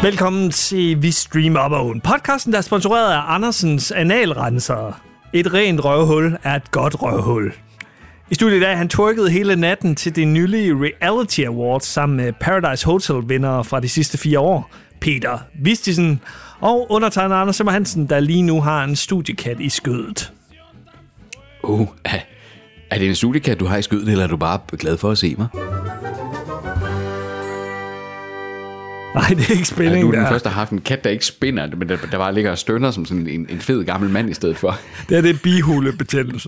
Velkommen til Vi Streamer Up'er, podcasten, der er sponsoreret af Andersens Analrenser. Et rent røvhul er et godt røvhul. I studiet i dag han twerkede hele natten til de nylige Reality Awards sammen med Paradise Hotel-vindere fra de sidste 4 år. Peter Vistisen og undertegnet Anders Simmer Hansen, der lige nu har en studiekat i skødet. Er det en studiekat, du har i skødet, eller er du bare glad for at se mig? Nej, det er ikke spænding, ja, du er den første, der har haft en kat, der ikke spinder, men der bare ligger og stønner som sådan en fed gammel mand i stedet for. Det er bihulebetændelse.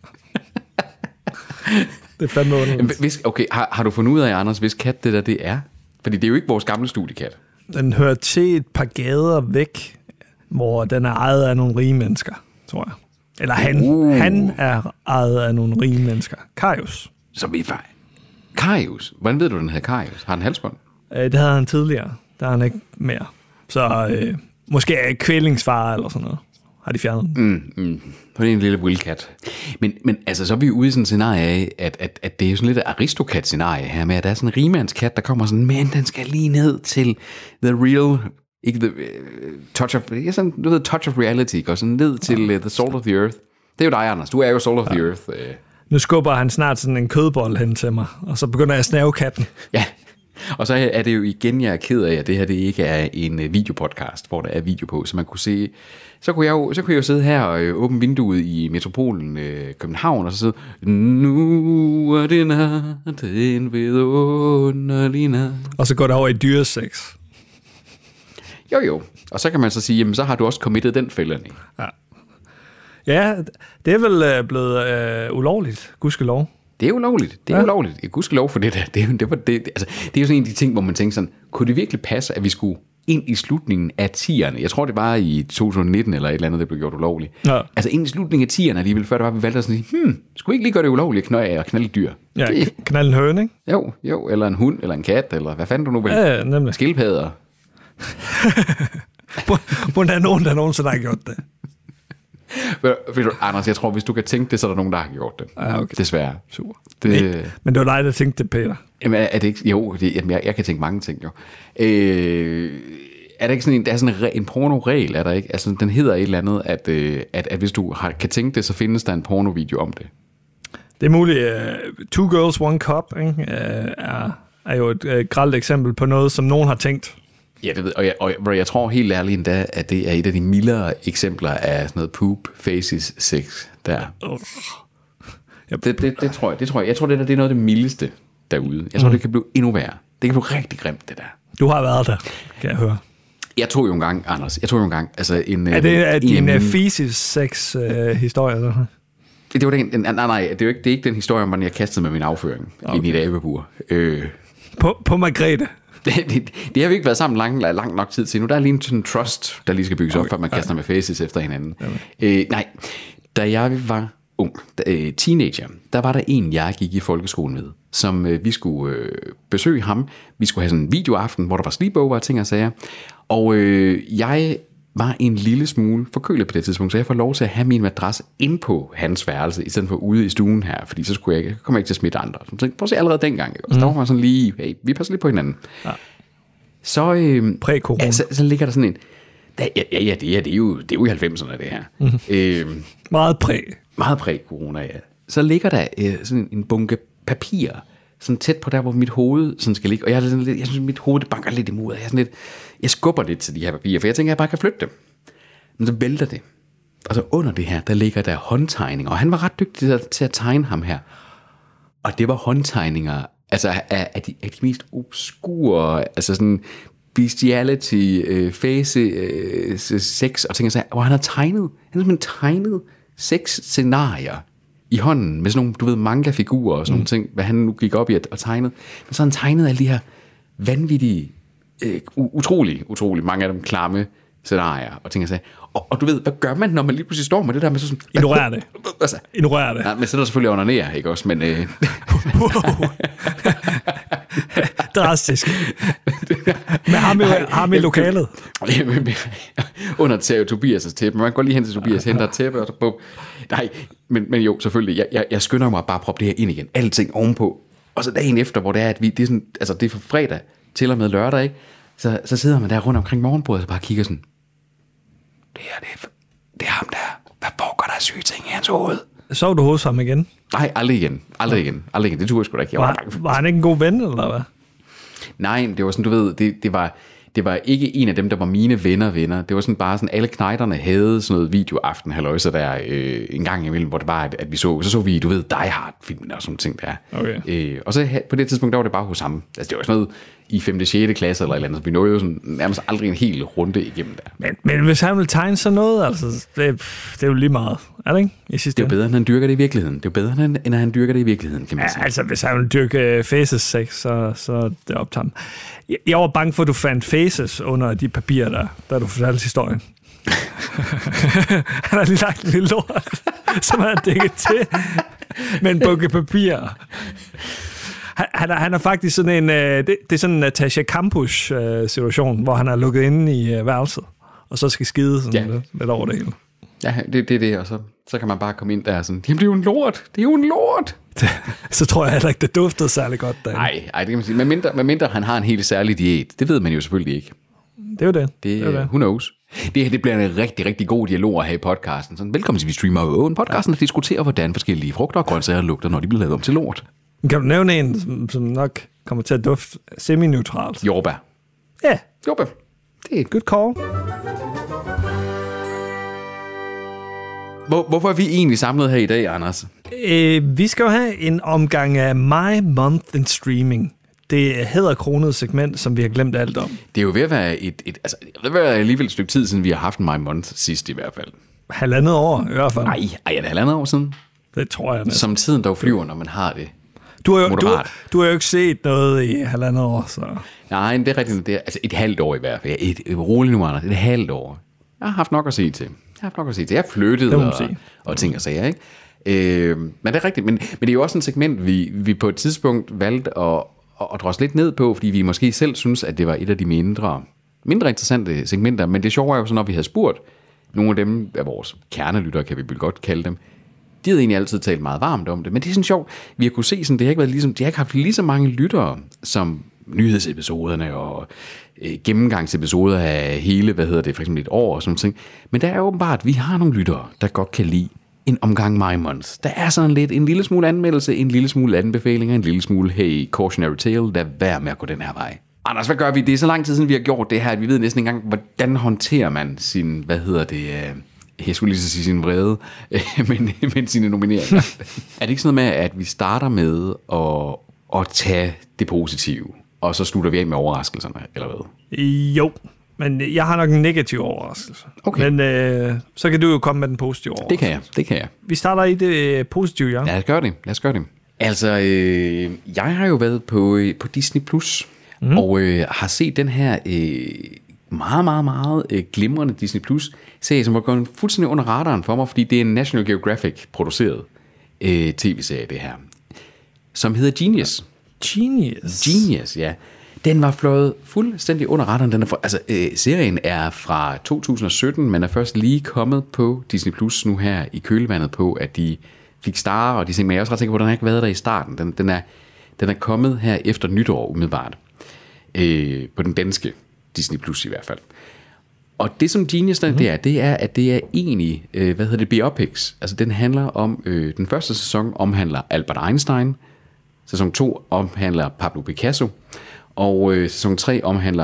Det er fandme underligt. Okay, har du fundet ud af, Anders, hvis kat det er? Fordi det er jo ikke vores gamle studiekat. Den hører til et par gader væk, hvor den er ejet af nogle rige mennesker, tror jeg. Eller han er ejet af nogle rige mennesker. Karius. Så vi fejl. Karius? Hvordan ved du, den hedder Karius? Har han halsbånd? Det havde han tidligere. Der er han ikke mere. Så måske er kvælingsfar eller sådan noget. Har de fjernet den. På en lille wildcat. Men altså, så er vi ude i sådan et scenarie af, at det er sådan lidt aristokat-scenarie her med, at der er sådan en rimandskat, der kommer sådan, men den skal lige ned til the real, ikke the touch of, sådan, du ved, touch of reality, går sådan ned til the salt of the earth. Det er jo dig, Anders. Du er jo salt of the earth. Nu skubber han snart sådan en kødbold hen til mig, og så begynder jeg at snave katten. Ja. Og så er det jo igen, jeg er ked af, at det her det ikke er en videopodcast, hvor der er video på, så man kunne se, så kunne jeg jo sidde her og åbne vinduet i metropolen København, og så sidde, nu er det natten vidunderlig nat. Og så går det over i dyresex. Jo, og så kan man så sige, jamen så har du også committed den fælden. Ja, det er vel blevet ulovligt, gudskelov. Det er ulovligt. Det er ulovligt. Jeg gudskelov for det der. Det er jo sådan en af de ting, hvor man tænker sådan, kunne det virkelig passe, at vi skulle ind i slutningen af 10'erne? Jeg tror, det var i 2019 eller et eller andet, det blev gjort ulovligt. Ja. Altså ind i slutningen af 10'erne alligevel, før det var, vi valgte at sige, skulle vi ikke lige gøre det ulovligt at knalde dyr? Ja, knalde en høne, ikke? Jo, eller en hund, eller en kat, eller hvad fanden du nu vil. Ja, nemlig. Skildpadder. Hvordan er nogen, der nogensinde har gjort det? Ved du, Anders, jeg tror, hvis du kan tænke det, så er der nogen, der har gjort det. Ja, okay. Desværre. Super. Men det var dig, der tænkte det, Peter. Jamen, er det ikke? Jo, jeg kan tænke mange ting, jo. Er der ikke sådan en, der er sådan en porno-regel, er der ikke? Altså, den hedder et eller andet, at hvis du kan tænke det, så findes der en porno-video om det. Det er muligt. Two Girls, One Cup, ikke? Er jo et grelt eksempel på noget, som nogen har tænkt. Ja, det ved, og jeg tror helt ærligt endda, at det er et af de mildere eksempler af sådan noget poop, faces, sex der. Det tror jeg. Jeg tror, det er noget af det mildeste derude. Jeg tror, det kan blive endnu værre. Det kan blive rigtig grimt, det der. Du har været der, kan jeg høre. Jeg tog jo en gang, Anders. Altså er det din feces sex historie? Så? Det var den, nej, det er ikke den historie, om jeg kastede med min afføring ind i et abebur. På Margrethe? Det har vi ikke været sammen lang nok tid til nu. Der er lige sådan en trust, der lige skal bygges op, før man kaster med faces efter hinanden. Nej, da jeg var ung, teenager, der var der en, jeg gik i folkeskolen med, som vi skulle besøge ham. Vi skulle have sådan en videoaften, hvor der var sleepover og ting og sager. Og jeg var en lille smule forkølet på det tidspunkt, så jeg får lov til at have min madras ind på hans værelse, i stedet for ude i stuen her, fordi så kommer jeg ikke til at smitte andre. Så prøv at se allerede dengang, ikke? Så der var man sådan lige, hey, vi passer lige på hinanden. Ja. Så, præ-corona. Så ligger der sådan en, det er jo i 90'erne det her. Mm-hmm. Meget præ-corona, ja. Så ligger der sådan en bunke papir, sådan tæt på der, hvor mit hoved sådan skal ligge, og jeg synes, mit hoved det banker lidt imod, og jeg skubber lidt til de her papirer, for jeg tænker, at jeg bare kan flytte dem. Men så vælter det. Og så under det her, der ligger der håndtegninger, og han var ret dygtig til at tegne ham her. Og det var håndtegninger, altså af de mest obskure, altså sådan bestiality, face, sex, og ting og sager, hvor han har simpelthen tegnet 6 scenarier i hånden, med sådan nogle, du ved, manga-figurer og sådan nogle ting, hvad han nu gik op i at tegnede. Men så han tegnede alle de her vanvittige, utrolig mange af dem klamme scenarier og ting og sager. Og du ved, hvad gør man, når man lige pludselig står med det der med sådan... Ignorerer det. Altså, Ignorerer det. Nej, men så er der selvfølgelig under nær, ikke også, men... Drastisk. Men har vi lokalet? Under Tobias' tæppe. Man går lige hen til Tobias, henter et tæppe, og så på. Nej, men jo, selvfølgelig. Jeg skynder mig bare at proppe det her ind igen. Alting ovenpå. Og så dagen efter, hvor det er, at det er sådan, altså det er fra fredag til og med lørdag, ikke? Så sidder man der rundt omkring morgenbordet og bare kigger sådan, det er ham der. Hvad foregår der syge ting i hans hoved? Så du hos ham igen? Nej, aldrig igen. Det turde jeg sgu da ikke. Var han ikke en god ven, eller hvad? Nej, det var sådan, du ved, det var ikke en af dem, der var mine venner. Det var sådan bare sådan, alle knejderne havde sådan noget videoaften, halløjser der en gang imellem, hvor det var, at vi så vi, du ved, Die Hard-filmen og sådan ting der. Okay. Og så på det tidspunkt, der var det bare hos ham. Altså, det var sådan noget i 5. og 6. klasse eller et eller andet, så vi nåede jo sådan nærmest aldrig en hel runde igennem der. Men hvis han vil tegne sådan noget, altså, det er jo lige meget, er det ikke? Det er jo bedre, end han dyrker det i virkeligheden. Det er jo bedre, end han dyrker det i virkeligheden, kan man sige. Altså, hvis han vil dyrke Faces 6, så er det op til ham. Jeg var bange for, at du fandt Faces under de papirer, der du fortalte historien. Han har lige lagt en lille lort, som han har dækket til med en bunke papirer. Han er faktisk sådan en... Det er sådan en Natasha Campus-situation, hvor han er lukket inde i værelset, og så skal skide sådan lidt over det hele. Ja, det er det, og så kan man bare komme ind der sådan, jamen det er jo en lort. Så tror jeg heller ikke, det duftede særlig godt derinde. Nej, det kan man sige. Medmindre han har en helt særlig diæt. Det ved man jo selvfølgelig ikke. Det er jo det. Det who knows. Det bliver en rigtig, rigtig god dialog at have i podcasten. Sådan, velkommen til Vi Streamer Owen. Podcasten der diskuterer, hvordan forskellige frugter og grøntsager lugter, når de bliver lavet om til lort. Kan du nævne en, som nok kommer til at dufte semi-neutralt? Jordbær. Ja. Jordbær. Det er et good call. Hvorfor er vi egentlig samlet her i dag, Anders? Vi skal jo have en omgang af My Month in Streaming. Det er hæderkronet segment, som vi har glemt alt om. Det er jo ved at være alligevel et stykke tid siden, vi har haft en My Month sidst i hvert fald. 1,5 år i hvert fald. Nej, er det 1,5 år siden? Det tror jeg næsten. Som tiden dog flyver, når man har det. Du har jo ikke set noget i 1,5 år, så... Nej, det er rigtigt. Det er, altså et halvt år i hvert fald. Rolig nu, Anders. Et halvt år. Jeg har haft nok at se til. Jeg flyttede og ting og sager, ikke? Men det er rigtigt. Men det er jo også en segment, vi på et tidspunkt valgte at drosle lidt ned på, fordi vi måske selv synes, at det var et af de mindre interessante segmenter. Men det sjove er jo så, når vi havde spurgt nogle af dem af vores kernelyttere, kan vi vel godt kalde dem, de havde egentlig altid talt meget varmt om det. Men det er sådan sjovt. Vi har kunne se, sådan, det har ikke været ligesom, de har ikke haft lige så mange lyttere som nyhedsepisoderne og gennemgangsepisoder af hele, for eksempel et år og sådan noget. Men der er åbenbart, vi har nogle lyttere, der godt kan lide en omgang My Month. Der er sådan lidt en lille smule anmeldelse, en lille smule anbefalinger, en lille smule, hey, cautionary tale, lad være med at gå den her vej. Anders, hvad gør vi? Det er så lang tid sdet, siden, vi har gjort det her, at vi ved næsten ikke engang, hvordan håndterer man sin, jeg skulle lige så sige sin vrede, men sine nomineringer. Er det ikke sådan noget med, at vi starter med at tage det positive, og så slutter vi af med overraskelserne, eller hvad? Jo, men jeg har nok en negativ overraskelse. Okay. Men så kan du jo komme med den positive overraskelse. Det kan jeg. Vi starter i det positive, ja. Lad os gøre det. Altså, jeg har jo været på Disney+, og har set den her meget, meget, meget glimrende Disney Plus-serie, som var gået fuldstændig under radaren for mig, fordi det er en National Geographic-produceret tv-serie, det her, som hedder Genius. Genius, ja. Den var fløjet fuldstændig under radaren. Serien er fra 2017, men er først lige kommet på Disney Plus nu her i kølvandet på, at de fik Star og de ting, men jeg er også ret sikker på, at den har ikke været der i starten. Den er kommet her efter nytår umiddelbart. På den danske Disney Plus i hvert fald. Og det som Genius det er, at det er egentlig, biopics. Altså den handler om, den første sæson omhandler Albert Einstein, sæson 2 omhandler Pablo Picasso, og sæson 3 omhandler,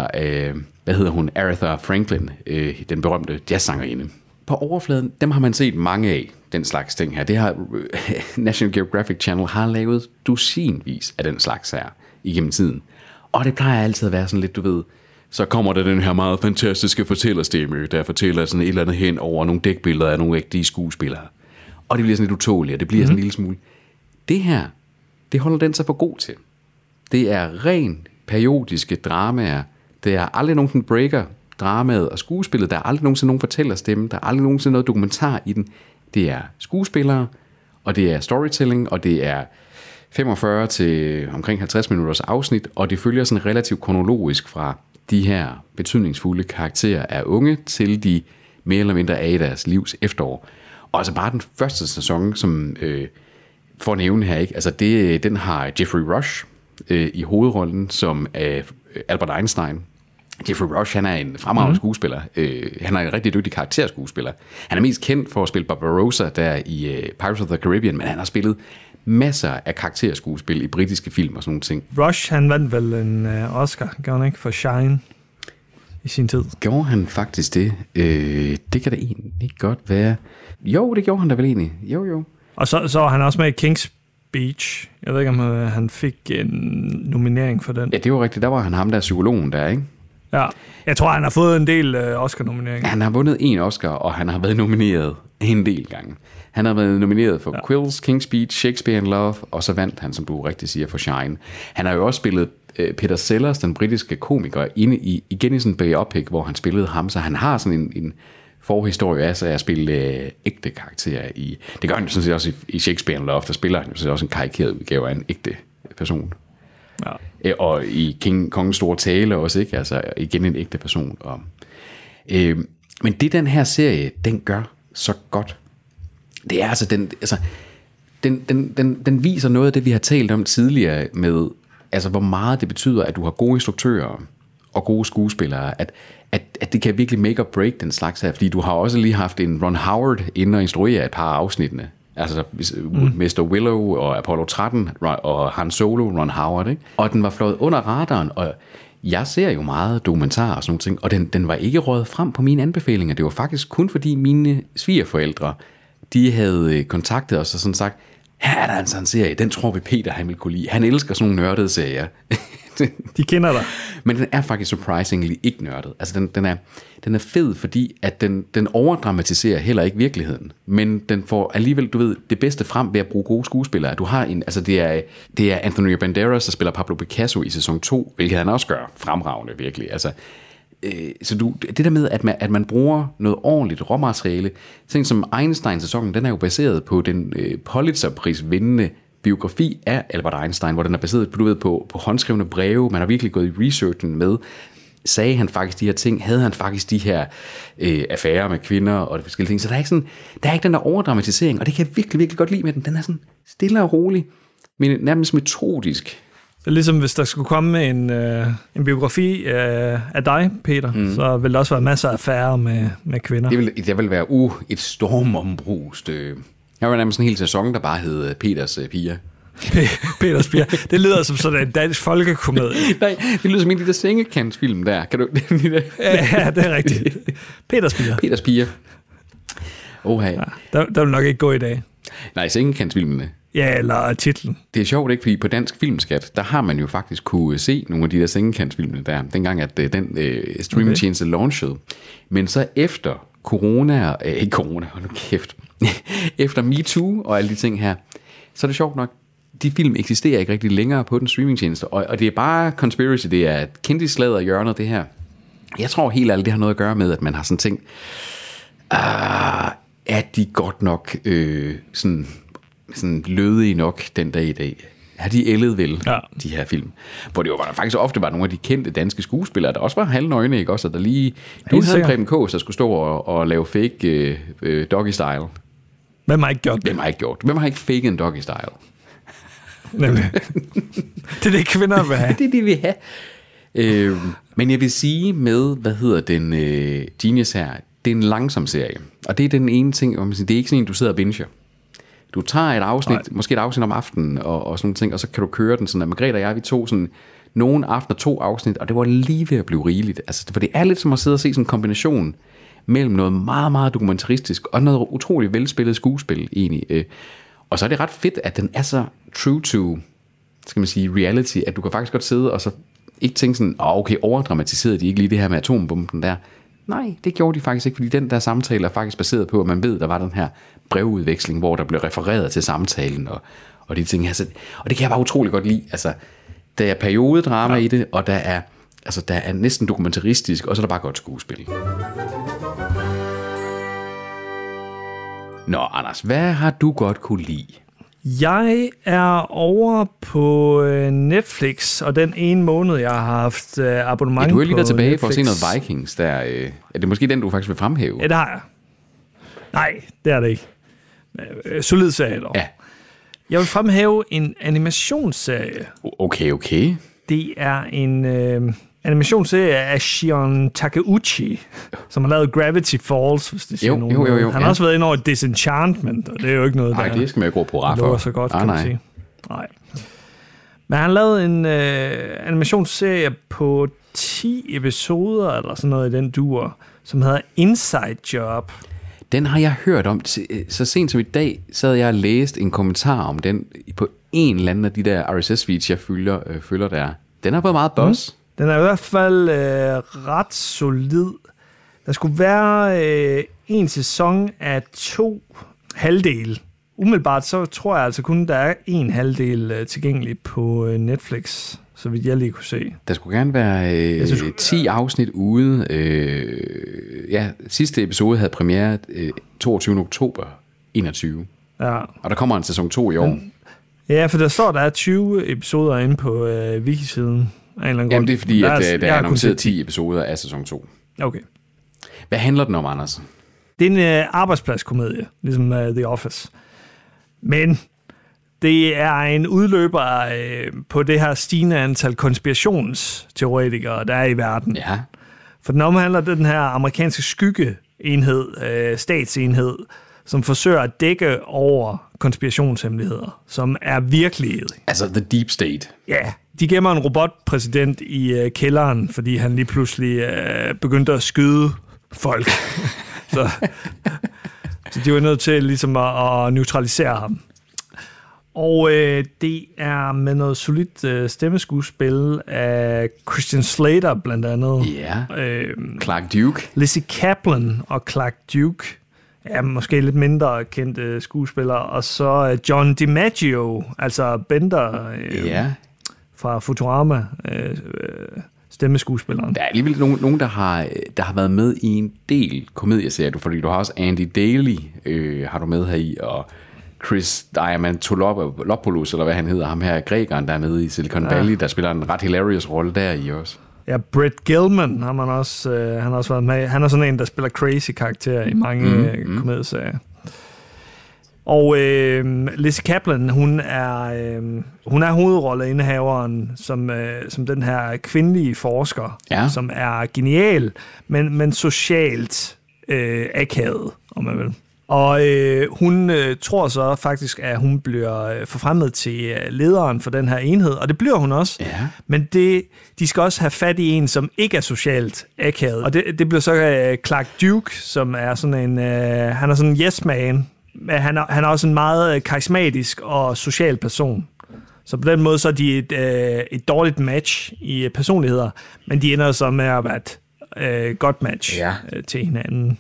Aretha Franklin, den berømte jazzsangerinde. På overfladen, dem har man set mange af, den slags ting her. Det har National Geographic Channel har lavet dusinvis af den slags her igennem tiden. Og det plejer altid at være sådan lidt, du ved, så kommer der den her meget fantastiske fortællerstemme, der fortæller sådan et eller andet hen over nogle dækbilleder af nogle rigtige skuespillere. Og det bliver sådan lidt utåligt, og det bliver sådan en lille smule. Det her, det holder den sig for god til. Det er ren periodiske dramaer. Det er aldrig nogen, den breaker dramaet og skuespillet. Der er aldrig nogensinde nogen fortællerstemme. Der er aldrig nogensinde noget dokumentar i den. Det er skuespillere, og det er storytelling, og det er 45 til omkring 50 minutters afsnit, og det følger sådan relativt kronologisk fra de her betydningsfulde karakterer af unge til de mere eller mindre af deres livs efterår. Og altså bare den første sæson, som for at nævne her, ikke? Altså den har Jeffrey Rush i hovedrollen som Albert Einstein. Jeffrey Rush, han er en fremragende skuespiller. Han er en rigtig dygtig karakterskuespiller. Han er mest kendt for at spille Barbarossa der i Pirates of the Caribbean, men han har spillet masser af karakterskuespil i britiske film og sådan nogle ting. Rush, han vandt vel en Oscar, gjorde han ikke, for Shine i sin tid? Gjorde han faktisk det? Det kan da egentlig godt være. Jo, det gjorde han da vel egentlig. Jo. Og så var han også med i King's Speech. Jeg ved ikke, om han fik en nominering for den. Ja, det var rigtigt. Der var han ham der psykologen der, ikke? Ja, jeg tror, han har fået en del Oscar-nomineringer. Han har vundet en Oscar, og han har været nomineret en del gange. Han har været nomineret for Quills, King's Speech, Shakespeare in Love, og så vandt han, som du rigtig siger, for Shine. Han har jo også spillet Peter Sellers, den britiske komiker, igen i sådan en biopic, hvor han spillede ham, så han har sådan en forhistorie af sig at spille ægte karakterer i. Det gør han sådan set også i Shakespeare in Love, der spiller han jo sådan også en karikeret udgave af en ægte person. Ja. Og i Kongens Store Tale også, ikke? Altså igen en ægte person. Men det den her serie, den gør så godt, det er altså den viser noget af det, vi har talt om tidligere med, altså hvor meget det betyder, at du har gode instruktører og gode skuespillere, at det kan virkelig make or break den slags her, fordi du har også lige haft en Ron Howard inde og instruere et par af afsnittene. Altså Mr. Willow og Apollo 13 og Han Solo, Ron Howard, ikke? Og den var flået under radaren, og jeg ser jo meget dokumentar og sådan nogle ting, og den var ikke røget frem på mine anbefalinger. Det var faktisk kun fordi mine svigerforældre, de havde kontaktet os og sådan sagt, her er der en sådan serie, den tror vi Peter han vil kunne lide. Han elsker sådan nogle nørdede serier. De kender dig. Men den er faktisk surprisingly ikke nørdet. Altså den er fed, fordi at den overdramatiserer heller ikke virkeligheden. Men den får alligevel, du ved, det bedste frem ved at bruge gode skuespillere. Du har en, altså det er Anthony Banderas, der spiller Pablo Picasso i sæson 2, hvilket han også gør fremragende virkelig. Altså, så det der med, at man bruger noget ordentligt råmateriale, ting som Einstein-sæsonen, den er jo baseret på den Pulitzer-prisvindende biografi af Albert Einstein, hvor den er baseret på håndskrevne breve. Man har virkelig gået i researchen med, sagde han faktisk de her ting, havde han faktisk de her affærer med kvinder og de forskellige ting. Så der er ikke den der overdramatisering, og det kan jeg virkelig, virkelig godt lide med den. Den er sådan stille og rolig, men nærmest metodisk. Det er ligesom, hvis der skulle komme en biografi af dig, Peter, så vil der også være masser af affærer med kvinder. Det vil være et stormombrust. Jeg var nærmest en hel sæson, der bare hed Peters piger. Peters piger. Det lyder som sådan en dansk folkekomedie. Nej, det lyder som en af de der sengekantsfilm der. Kan du? Ja, det er rigtigt. Peters piger. Peters piger. Ja, der vil nok ikke gå i dag. Nej, sengekantsfilmene. Ja, eller titlen. Det er sjovt, ikke? Fordi på Dansk Filmskat, der har man jo faktisk kunne se nogle af de der sengekantsfilmene der, dengang at den streamingtjeneste launchede. Men så efter efter MeToo og alle de ting her, så er det sjovt nok, de film eksisterer ikke rigtig længere på den streamingtjeneste, og det er bare conspiracy, det er kendisslader i hjørnet, det her. Jeg tror helt ærligt, det har noget at gøre med, at man har sådan tænkt, er de godt nok sådan lødige nok den dag i dag? Har de ældet vel, de her film? Hvor det jo faktisk ofte var nogle af de kendte danske skuespillere, der også var halvnøgne, ikke også? Der lige havde Preben Kaas, der skulle stå og lave fake doggy style. Hvem har ikke gjort det? Hvem har ikke fake en doggy style? Nemlig. Det er det, kvinder vil have. Det er det, vi have. Men jeg vil sige med, Genius her, det er en langsom serie. Og det er den ene ting, hvor man siger, det er ikke sådan en, du sidder og binger. Du tager et afsnit, måske et afsnit om aftenen og sådan nogle ting, og så kan du køre den sådan, at Margrethe og jeg, vi tog sådan nogle aftener 2 afsnit, og det var lige ved at blive rigeligt. Altså, for det er lidt som at sidde og se sådan en kombination mellem noget meget, meget dokumentaristisk og noget utroligt velspillet skuespil egentlig. Og så er det ret fedt, at den er så true to, skal man sige, reality, at du kan faktisk godt sidde og så ikke tænke sådan, okay, overdramatiseret de ikke lige det her med atombomben der. Nej, det gjorde de faktisk ikke, fordi den der samtale er faktisk baseret på, at man ved, der var den her brevudveksling, hvor der blev refereret til samtalen og de ting her. Og det kan jeg bare utrolig godt lide. Altså, der er periodedrama i det, og der er næsten dokumentaristisk, og så er der bare godt skuespil. Nå, Anders, hvad har du godt kunne lide? Jeg er over på Netflix, og den ene måned, jeg har haft abonnement på du har lige været tilbage Netflix. For at se noget Vikings. Der, er det måske den, du faktisk vil fremhæve? Ja, det har jeg. Nej, det er det ikke. Solid serie dog. Ja. Jeg vil fremhæve en animationsserie. Okay. Det er en animationsserie af Shion Takeuchi, som har lavet Gravity Falls, hvis det siger nogen. Jo, Han har også været inde over Disenchantment, og det er jo ikke noget, der... Nej, det skal man jo gå på ret for. Så godt, kan man sige. Nej. Men han lavede en animationsserie på 10 episoder, eller sådan noget i den dur, som hedder Inside Job. Den har jeg hørt om. Så sent som i dag, så havde jeg læst en kommentar om den på en eller anden af de der RSS-feeds, jeg følger der. Den har fået meget buzz. Den er i hvert fald ret solid. Der skulle være en sæson af 2 halvdele. Umiddelbart så tror jeg altså kun, der er 1 halvdel tilgængelig på Netflix, så vidt jeg lige kunne se. Der skulle gerne være 10 afsnit ude. Sidste episode havde premiere 22. oktober 21. Ja. Og der kommer en sæson 2 i år. Ja, for der står, der er 20 episoder inde på Wiki-siden. Jamen det er fordi, at der er annonceret 10 episoder af sæson 2. Okay. Hvad handler den om, Anders? Det er en arbejdspladskomedie, ligesom The Office. Men det er en udløber på det her stigende antal konspirationsteoretikere, der er i verden. Ja. For den omhandler den her amerikanske skyggeenhed, statsenhed, som forsøger at dække over konspirationshemmeligheder, som er virkelighed. Altså the deep state. Ja, de gemmer en robotpræsident i kælderen, fordi han lige pludselig begyndte at skyde folk. så de var nødt til ligesom at neutralisere ham. Og det er med noget solidt stemmeskuespil af Christian Slater blandt andet. Ja, Clark Duke. Lizzie Kaplan og Clark Duke er måske lidt mindre kendte skuespillere. Og så John DiMaggio, altså Bender fra Futurama, stemmeskuespilleren. Der er alligevel nogen der har været med i en del komedieserier, fordi du har også Andy Daly, har du med her i, og Chris Diamantopoulos, eller hvad han hedder, ham her grækeren, der er med i Silicon Valley, der spiller en ret hilarious rolle der i også. Ja, Brett Gelman har man også, han har også været med. Han er sådan en, der spiller crazy karakterer i mange komedieserier. Og Lizzie Kaplan, hun er hovedrolleindehaveren som den her kvindelige forsker, som er genial, men socialt akavet, om man vil. Og hun tror så faktisk, at hun bliver forfremmet til lederen for den her enhed, og det bliver hun også. Ja. Men de skal også have fat i en, som ikke er socialt akavet. Og det bliver så Clark Duke, som er sådan en... han er sådan en yes-man. Han er også en meget karismatisk og social person. Så på den måde så er de et dårligt match i personligheder, men de ender så med at være et godt match til hinanden.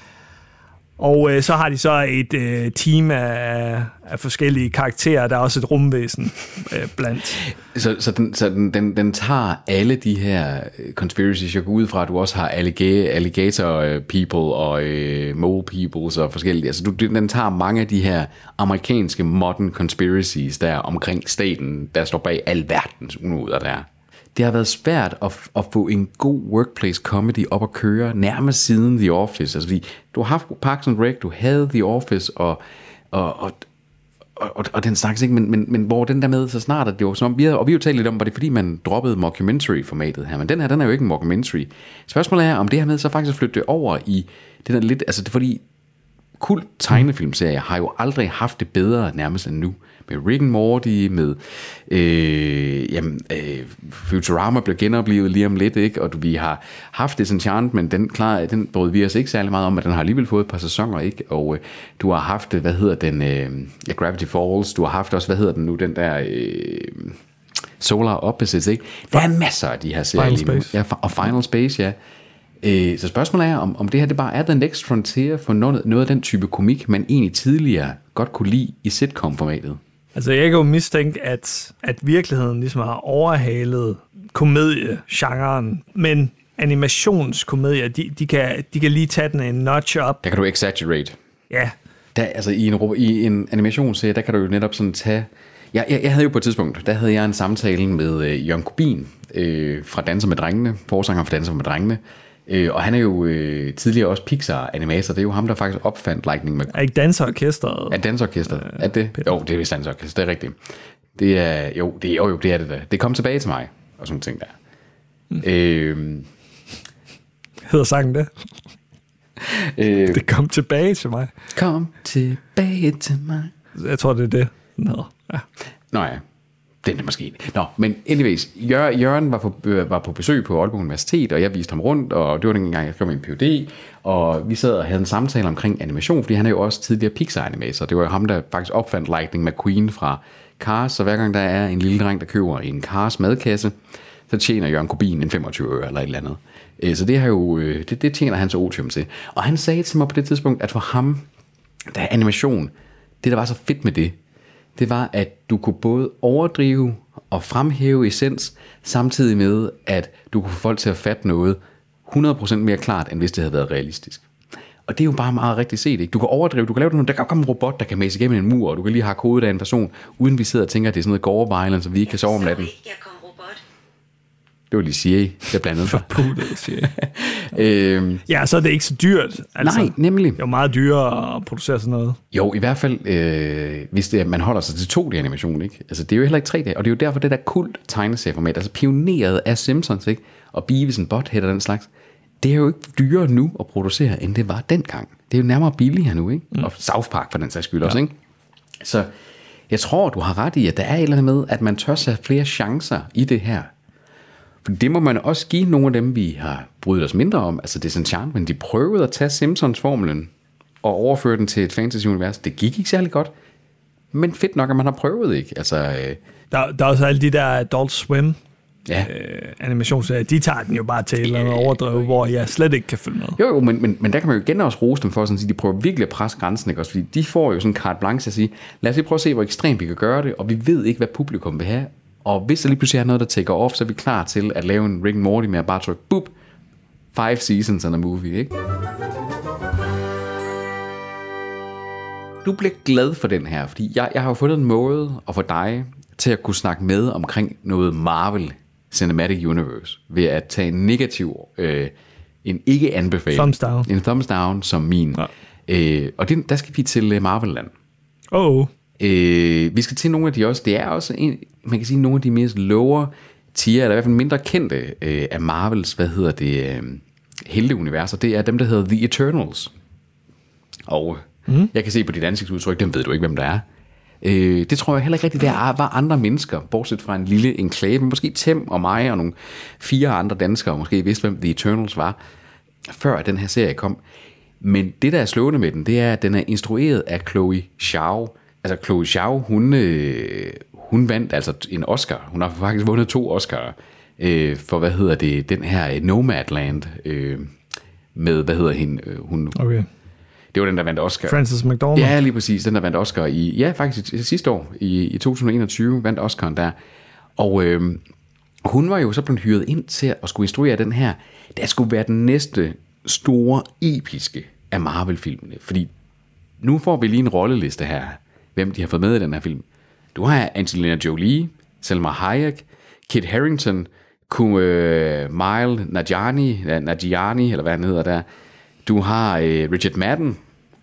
Og så har de så et team af forskellige karakterer, der er også et rumvæsen blandt. Så den tager alle de her conspiracies, jeg går ud fra, at du også har alligator people og mole people og forskellige. Altså den tager mange af de her amerikanske modern conspiracies der omkring staten, der står bag alverdens unoder der. Det har været svært at få en god workplace comedy op at køre nærmest siden The Office. Altså, du har haft Parks and Rec, du havde The Office og den slags, ikke? Men hvor den der med, så snart at det var som om, vi har jo talt lidt om, var det fordi man droppede mockumentary-formatet her, men den her, den er jo ikke en mockumentary. Spørgsmålet er, om det her med så faktisk flytte over i den der lidt, altså det er fordi kult tegnefilmserier har jo aldrig haft det bedre nærmest end nu. Med Rick and Morty, med Futurama bliver genoplevet lige om lidt, ikke? Og vi har haft Disenchantment, men den brød vi os ikke særlig meget om, men den har alligevel fået et par sæsoner, ikke? Og du har haft, Gravity Falls, du har haft også, den der Solar Opposites, ikke? Der er masser af de her serier lige nu. Ja, og Final Space, ja. Så spørgsmålet er, om det her det bare er the next frontier for noget af den type komik, man egentlig tidligere godt kunne lide i sitcom-formatet. Altså, jeg kan jo mistænke, at virkeligheden ligesom har overhalet komediegenren, men animationskomedier, de kan lige tage den en notch op. Der kan du exaggerate. Ja. Altså, i en animationsserie, der kan du jo netop sådan tage... Jeg havde jo på et tidspunkt, der havde jeg en samtale med Jørgen Kubin fra Danser med Drengene, forsanger fra Danser med Drengene, og han er jo tidligere også Pixar-animator. Det er jo ham, der faktisk opfandt Lightning McQueen. Er ikke Danserorkestret? Er Danserorkestret? Er det? Jo, det er vist Danserorkestret, det er rigtigt. Det er det da. Det kom tilbage til mig, og sådan ting der. Hedder sangen det? Det kom tilbage til mig. Kom tilbage til mig. Jeg tror, det er det, den hedder. Ja. Nå ja, den er måske. Nå, men anyways, Jørgen var på besøg på Aalborg Universitet, og jeg viste ham rundt, og det var den gang, jeg skrev min PhD, og vi sad og havde en samtale omkring animation, fordi han er jo også tidligere Pixar-animator. Det var jo ham, der faktisk opfandt Lightning McQueen fra Cars, så hver gang der er en lille dreng, der køber en Cars madkasse, så tjener Jørgen Kubin en 25 øre eller et eller andet. Så det har jo, det tjener hans otium til. Og han sagde til mig på det tidspunkt, at for ham, der er animation, det der var så fedt med det var, at du kunne både overdrive og fremhæve essens, samtidig med, at du kunne få folk til at fatte noget 100% mere klart, end hvis det havde været realistisk. Og det er jo bare meget rigtigt set, ikke? Du kan overdrive, du kan lave noget, der kan komme en robot, der kan mase igennem en mur, og du kan lige have kodet af en person, uden vi sidder og tænker, at det er sådan noget gore violence, så vi ikke kan sove om natten. Det var lige CIA, der blandede sig. Forputtet CIA. Ja, så er det ikke så dyrt. Altså, nej, nemlig. Det er jo meget dyrere at producere sådan noget. Jo, i hvert fald, hvis det, man holder sig til 2D-animation, ikke? Altså, det er jo heller ikke 3D, og det er jo derfor, det der kult tegneserieformat, altså pioneret af Simpsons, ikke? Og Beavis and Butthead og den slags, det er jo ikke dyrere nu at producere, end det var dengang. Det er jo nærmere billigere nu, ikke? Og South Park for den sags skyld også, ikke? Så jeg tror, du har ret i, at der er et eller andet med, at man tør have flere chancer i det her. For det må man også give nogle af dem, vi har brydet os mindre om. Altså Disenchantment, de prøvede at tage Simpsons-formlen og overføre den til et fantasy-univers. Det gik ikke særlig godt, men fedt nok, at man har prøvet, ikke? Altså, der er også alle de der Adult Swim animationsserier, de tager den jo bare til et eller andet overdrev, hvor jeg slet ikke kan følge med. Jo, men der kan man jo igen også rose dem for, sådan at sige, de prøver virkelig at presse grænsen, ikke? Også fordi de får jo sådan en carte blanche at sige, lad os lige prøve at se, hvor ekstremt vi kan gøre det, og vi ved ikke, hvad publikum vil have. Og hvis der lige pludselig er noget, der taker off, så er vi klar til at lave en Rick and Morty med at bare trykke, boop, 5 seasons and a movie, ikke? Du bliver glad for den her, fordi jeg har jo fundet en måde at få dig til at kunne snakke med omkring noget Marvel Cinematic Universe, ved at tage en negativ, en ikke-anbefaling. Thumbs down. En thumbs down som min. Ja. Og der skal vi til Marvel-land. Vi skal til nogle af de også. Det er også man kan sige nogle af de mest lower tier, eller i hvert fald mindre kendte af Marvels, helteuniverser. Det er dem, der hedder The Eternals. Og jeg kan se på dit ansigtsudtryk, dem ved du ikke, hvem der er. Det tror jeg heller ikke rigtigt, der var andre mennesker, bortset fra en lille enklave, måske Tim og mig og nogle 4 andre danskere, måske vidste, hvem The Eternals var, før den her serie kom. Men det, der er slående med den, det er, at den er instrueret af Chloe Zhao. Altså Chloe Zhao, hun vandt altså en Oscar. Hun har faktisk vundet 2 Oscar for, den her Nomadland med, Okay. Det var den, der vandt Oscar. Frances McDormand. Ja, lige præcis. Den, der vandt Oscar faktisk sidste år, i 2021, vandt Oscaren der. Og hun var jo så blevet hyret ind til at skulle instruere den her. Der skulle være den næste store, episke af Marvel-filmene. Fordi nu får vi lige en rolleliste her, hvem de har fået med i den her film. Du har Angelina Jolie, Selma Hayek, Kit Harington, Kumail Nanjiani, eller hvad han hedder der. Du har Richard Madden,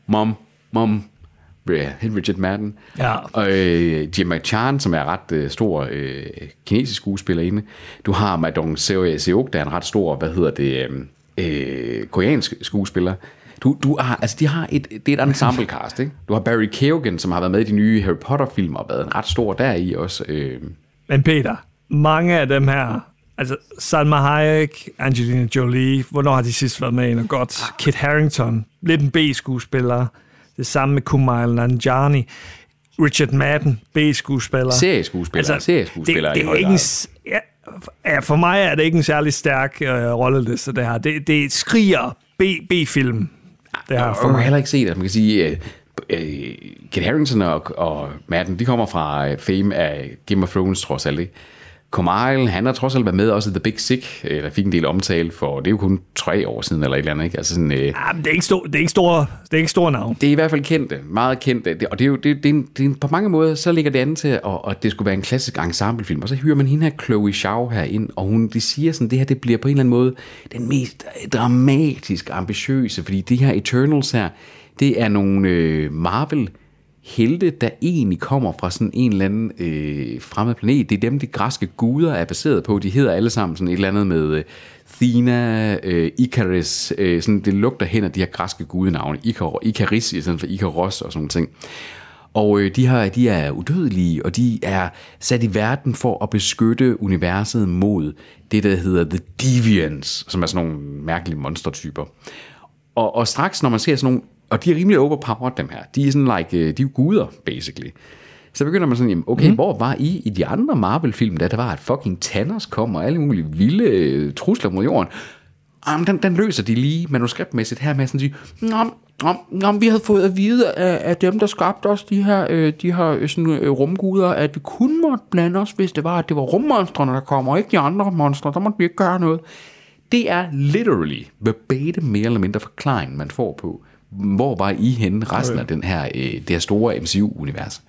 Richard Madden, og Gemma Chan, som er ret stor kinesisk skuespillerinde. Du har Madong Seok, der er en ret stor, koreansk skuespiller. De har det er et ensemble cast, ikke? Du har Barry Keoghan, som har været med i de nye Harry Potter-film, og været en ret stor der i også. Men Peter, mange af dem her, altså Salma Hayek, Angelina Jolie, hvornår har de sidst været med i noget godt? Kit Harington, lidt en B-skuespiller. Det samme med Kumail Nanjiani. Richard Madden, B-skuespiller. Serieskuespiller. Altså, det er ikke for mig er det ikke en særlig stærk rolleliste, det her. Det skriger B-film. Det her for mig. Jeg heller ikke set, at man kan sige, Kit Harington og Madden, de kommer fra fame af Game of Thrones, trods alt, ikke? Kumail, han har trods alt været med også i The Big Sick, der fik en del omtale for, det er jo kun 3 år siden, eller et eller andet, ikke? Altså sådan, men det er ikke store navn. Det er i hvert fald kendte, meget kendte, og det er jo, det er på mange måder, så ligger det andet til, at det skulle være en klassisk ensemblefilm, og så hyrer man hende her, Chloe Zhao, her ind, og de siger sådan, det her, det bliver på en eller anden måde den mest dramatisk ambitiøse, fordi de her Eternals her, det er nogle Marvel helte, der egentlig kommer fra sådan en eller anden fremmed planet. Det er dem, de græske guder er baseret på. De hedder alle sammen sådan et eller andet med Athena, Icarus. Sådan, det lugter hen af de her græske gudenavne. Icaris i stedet for Icaros og sådan ting. Og de er udødelige, og de er sat i verden for at beskytte universet mod det, der hedder The Deviants, som er sådan nogle mærkelige monstertyper. Og straks, når man ser sådan nogle, og de er rimelig overpowered, dem her, de er sådan de er jo guder, basically. Så begynder man sådan, jamen, okay, hvor var I de andre Marvel-film, da der var, at fucking Thanos kom, og alle mulige vilde trusler mod jorden? Den løser de lige manuskriptmæssigt her med sådan at sige, vi havde fået at vide af dem, der skabte os, de her sådan, rumguder, at vi kun måtte blande os, hvis det var, at det var rummonstrene, der kommer, og ikke de andre monstre, der måtte vi ikke gøre noget. Det er literally verbatim mere eller mindre forklaring, man får på, hvor var I henne resten af den her, det her store MCU-univers.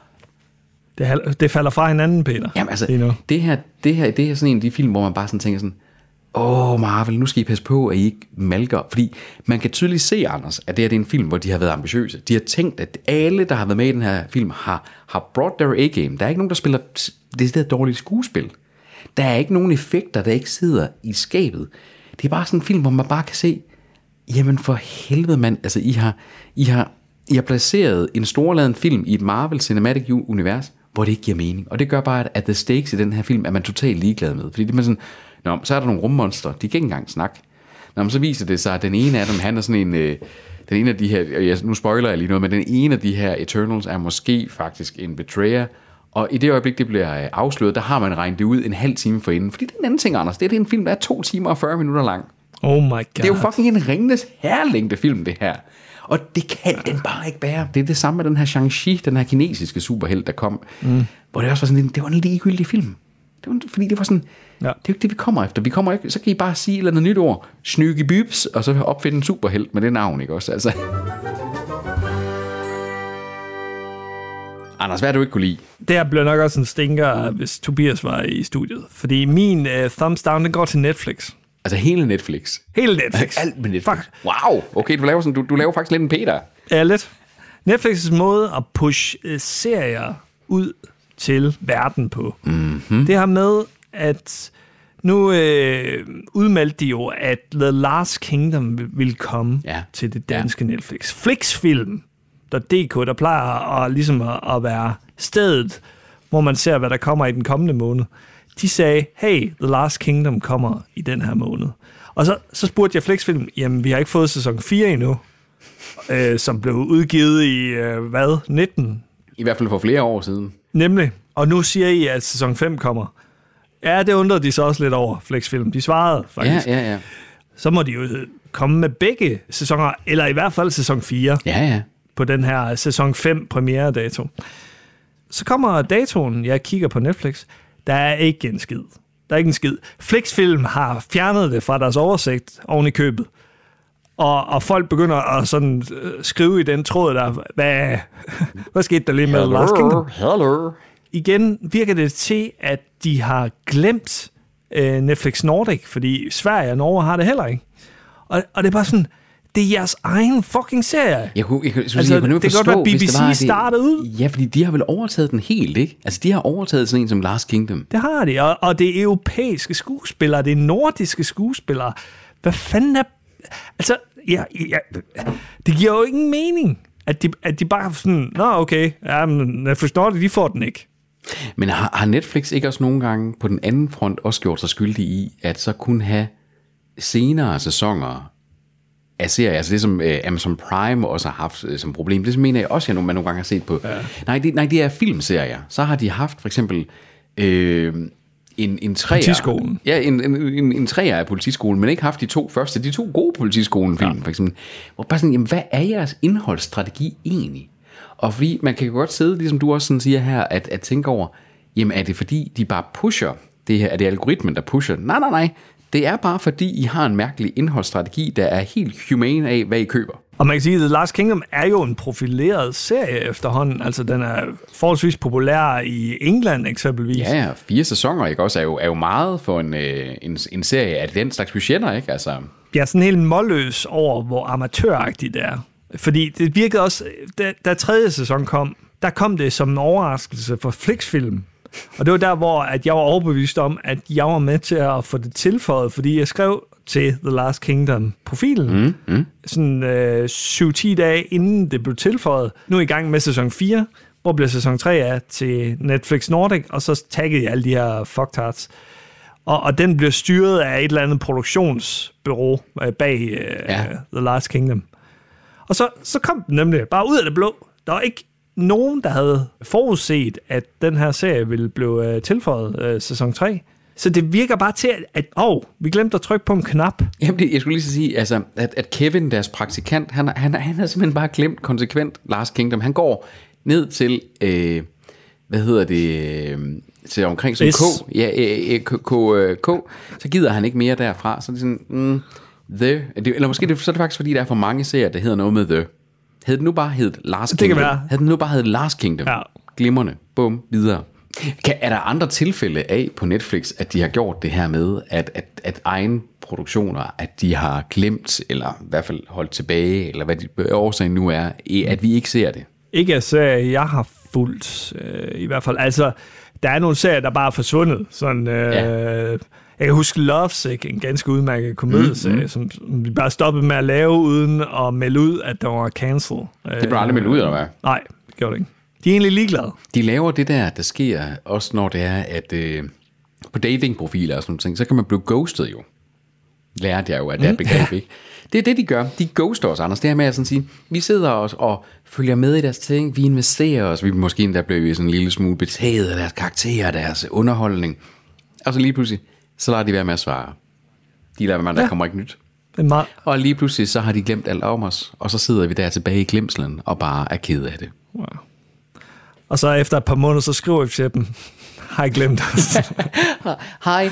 Det falder fra hinanden, Peter. Jamen altså, det her er sådan en af de film, hvor man bare sådan tænker sådan, Marvel, nu skal I passe på, at I ikke malker. Fordi man kan tydeligt se, Anders, at det er en film, hvor de har været ambitiøse. De har tænkt, at alle, der har været med i den her film, har brought their A-game. Der er ikke nogen, der spiller det dårligt skuespil. Der er ikke nogen effekter, der ikke sidder i skabet. Det er bare sådan en film, hvor man bare kan se, jamen for helvede mand, altså I har placeret en storladen film i et Marvel Cinematic Univers, hvor det ikke giver mening. Og det gør bare, at the stakes i den her film er man totalt ligeglad med. Fordi det er sådan, så er der nogle rummonster, de kan ikke engang snakke. Så viser det sig, at den ene af dem, han er sådan en, den ene af de her, nu spoiler jeg lige noget, men den ene af de her Eternals er måske faktisk en betrayer, og i det øjeblik, det bliver afsløret, der har man regnet det ud en halv time forinden. Fordi det er en anden ting, Anders, det er en film, der er 2 timer og 40 minutter lang. Oh my god. Det er jo fucking en Ringenes Herrelængde film, det her. Og det kan den bare ikke bære. Det er det samme med den her Shang-Chi, den her kinesiske superhelt, der kom. Hvor det også var sådan, det var en ligegyldig film. Fordi det var sådan, det er jo ikke det, vi kommer efter. Vi kommer ikke, så kan I bare sige et eller andet nyt ord, Snyge Bybs, og så opfinde en superhelt med det navn, ikke også? Altså. Anders, hvad er du ikke kunne lide? Det her blev nok også en stinker, hvis Tobias var i studiet. Fordi min thumbs down, den går til Netflix. Altså hele Netflix? Hele Netflix. Alt med Netflix. Fuck. Wow, okay, du laver faktisk lidt en Peter. Ja, lidt. Netflix' måde at push serier ud til verden på. Mm-hmm. Det her med, at nu udmeldte de jo, at The Last Kingdom vil komme til det danske Netflix. Flixfilm.dk, der plejer at være stedet, hvor man ser, hvad der kommer i den kommende måned. De sagde, hey, The Last Kingdom kommer i den her måned. Og så spurgte jeg Flixfilm, jamen vi har ikke fået sæson 4 endnu, som blev udgivet i, 19? I hvert fald for flere år siden. Nemlig. Og nu siger I, at sæson 5 kommer. Ja, det undrede de så også lidt over, Flixfilm. De svarede faktisk. Ja. Så må de jo komme med begge sæsoner, eller i hvert fald sæson 4. Ja. På den her sæson 5 premiere-dato. Så kommer datoen, jeg kigger på Netflix. Der er ikke en skid. Der er ikke en skid. Flixfilm har fjernet det fra deres oversigt oven i købet. Og folk begynder at sådan skrive i den tråd der, hvad skete der lige med Last Kingdom? Hello. Igen virker det til, at de har glemt Netflix Nordic, fordi Sverige og Norge har det heller ikke. Og det er bare sådan, det er jeres egen fucking serie. Jeg kunne det kan godt være, BBC startede ud. Ja, fordi de har vel overtaget den helt, ikke? Altså, de har overtaget sådan en som Last Kingdom. Det har de, og det er europæiske skuespillere, det er nordiske skuespillere. Hvad fanden er... Altså, det giver jo ingen mening, at de bare sådan, nå okay, ja, men Netflix Nordic, de får den ikke. Men har Netflix ikke også nogle gange på den anden front også gjort sig skyldig i, at så kunne have senere sæsoner af serier, altså det som Amazon Prime også har haft som problem, det mener jeg også, at man nogle gange har set på. Ja. Nej, det er filmserier. Så har de haft for eksempel en træer. Politiskolen. Ja, en træer af politiskolen, men ikke haft de 2 første, de 2 gode politiskolen-film, for eksempel. Hvor bare sådan, jamen, hvad er jeres indholdsstrategi egentlig? Og fordi man kan jo godt sidde, ligesom du også sådan siger her, at tænke over, jamen er det fordi, de bare pusher det her? Er det algoritmen, der pusher? Nej. Det er bare fordi, I har en mærkelig indholdsstrategi, der er helt humane af, hvad I køber. Og man kan sige, at The Last Kingdom er jo en profileret serie efterhånden. Altså, den er forholdsvis populær i England eksempelvis. Ja, 4 sæsoner, ikke også, er jo meget for en serie af den slags budgetter, ikke? Altså. Jeg er sådan helt målløs over, hvor amatøragtigt det er. Fordi det virkede også, da 3. sæson kom, der kom det som en overraskelse for Flixfilm. Og det var der, hvor at jeg var overbevist om, at jeg var med til at få det tilføjet, fordi jeg skrev til The Last Kingdom-profilen, sådan 7-10 dage inden det blev tilføjet. Nu er I gang med sæson 4, hvor bliver sæson 3 af til Netflix Nordic, og så taggede jeg alle de her fucktards. Og den blev styret af et eller andet produktionsbureau bag The Last Kingdom. Og så kom den nemlig bare ud af det blå. Der var ikke nogen, der havde forudset, at den her serie ville blive tilføjet sæson 3. Så det virker bare til, at vi glemte at trykke på en knap. Jamen, jeg skulle lige så sige, altså, at Kevin, deres praktikant, han har simpelthen bare glemt konsekvent Last Kingdom. Han går ned til, til omkring som K, så gider han ikke mere derfra. Så det er sådan, eller måske så er det faktisk, fordi der er for mange serier, der hedder noget med The. Havde den nu bare heddet Last Kingdom? Havde den nu bare heddet Last Kingdom? Ja. Glimrende. Bum, videre. Er der andre tilfælde af på Netflix, at de har gjort det her med, at egen produktioner, at de har glemt, eller i hvert fald holdt tilbage, eller hvad årsagen nu er, at vi ikke ser det? Ikke at serier, jeg har fulgt, i hvert fald. Altså, der er nogle serier, der bare er forsvundet. Sådan, jeg kan huske Lovesick, en ganske udmærket komedieserie, som vi bare stoppede med at lave, uden at melde ud, at der var cancel. Det blev aldrig meldt ud, eller hvad? Nej, det gjorde det ikke. De er egentlig ligeglade. De laver det der sker, også når det er, at på datingprofiler og sådan noget, så kan man blive ghostet jo. Lærte jeg jo, at det er begreb, ikke? Det er det, de gør. De ghoster os, Anders. Det her med at sådan sige, vi sidder og følger med i deres ting, vi investerer os, vi måske endda bliver sådan en lille smule betaget af deres karakterer, deres underholdning. Og så lige pludselig, så lader de være med at svare. De lader være med, der kommer ikke nyt. Og lige pludselig, så har de glemt alt om os, og så sidder vi der tilbage i glemslen og bare er ked af det. Wow. Og så efter et par måneder, så skriver vi til dem, har jeg glemt os. Hej,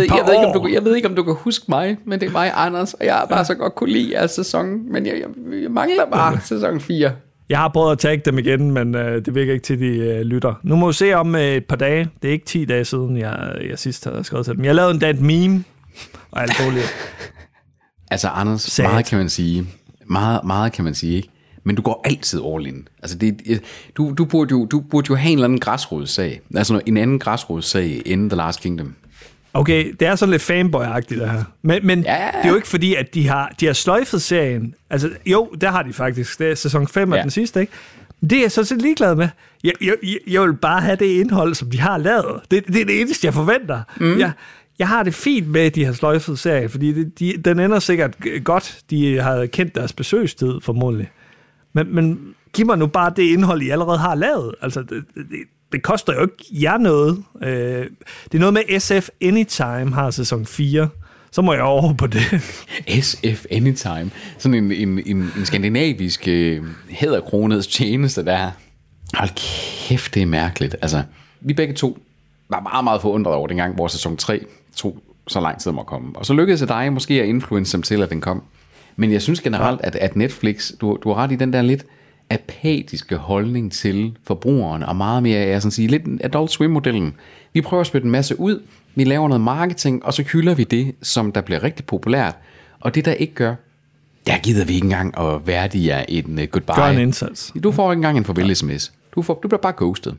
jeg ved ikke, om du kan huske mig, men det er mig, Anders, og jeg har bare så godt kunne lide jeres sæson, men jeg mangler bare sæson 4. Jeg har prøvet at tagge dem igen, men det virker ikke til, de lytter. Nu må vi se om et par dage. Det er ikke 10 dage siden, jeg sidst har skrevet til dem. Jeg lavede en dansk meme, og alt dårligt. Altså, Anders, meget kan man sige. Meget kan man sige, ikke? Men du går altid all in. Altså du burde jo have en eller anden græsrodssag. Altså en anden græsrodssag end The Last Kingdom. Okay, det er sådan lidt fanboy-agtigt det her. Men det er jo ikke fordi, at de har sløjfet serien. Altså jo, der har de faktisk. Det er sæson 5 af den sidste, ikke? Det er jeg så set ligeglad med. Jeg vil bare have det indhold, som de har lavet. Det er det eneste, jeg forventer. Jeg har det fint med, at de har sløjfet serien, fordi den ender sikkert godt. De har kendt deres besøgstid, formodentlig. Men giv mig nu bare det indhold, I allerede har lavet. Altså, det koster jo ikke jer noget. Det er noget med SF Anytime har sæson 4. Så må jeg over på det. SF Anytime. Sådan en skandinavisk hæderkronets tjeneste, der. Hold kæft, det er mærkeligt. Altså, vi begge to var meget, meget forundret over dengang, hvor sæson 3 tog så lang tid om at komme. Og så lykkedes det dig måske at influence dem til, at den kom. Men jeg synes generelt, at Netflix, du har ret i den der lidt apatiske holdning til forbrugeren, og meget mere, jeg sådan sige, lidt Adult Swim-modellen. Vi prøver at spytte en masse ud, vi laver noget marketing, og så hylder vi det, som der bliver rigtig populært. Og det, der ikke gør, der gider vi ikke engang at værdige jer en goodbye. Gør en indsats. Du får ikke engang en farvel-sms. Du bliver bare ghostet.